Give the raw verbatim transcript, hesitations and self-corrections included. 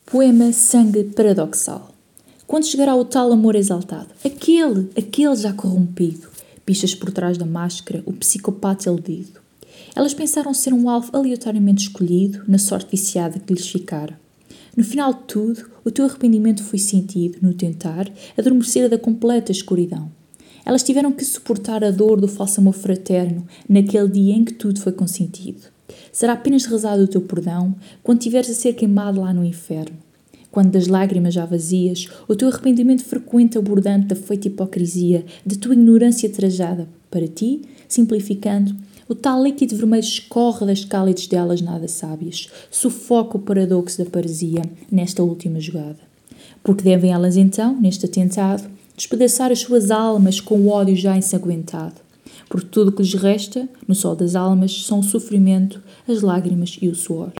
Poema Sangue Paradoxal. Quando chegará o tal amor exaltado, aquele, aquele já corrompido, pistas por trás da máscara, o psicopata iludido. Elas pensaram ser um alvo aleatoriamente escolhido, na sorte viciada que lhes ficara. No final de tudo, o teu arrependimento foi sentido, no tentar, adormecer da completa escuridão. Elas tiveram que suportar a dor do falso amor fraterno, naquele dia em que tudo foi consentido. Será apenas rezado o teu perdão, quando tiveres a ser queimado lá no inferno. Quando das lágrimas já vazias, o teu arrependimento frequente abordante da feita hipocrisia, da tua ignorância trajada, para ti, simplificando, o tal líquido vermelho escorre das cálides delas nada sábias, sufoca o paradoxo da paresia nesta última jogada. Porque devem elas então, neste atentado, despedaçar as suas almas com o ódio já ensanguentado. Porque tudo o que lhes resta, no sol das almas, são o sofrimento, as lágrimas e o suor.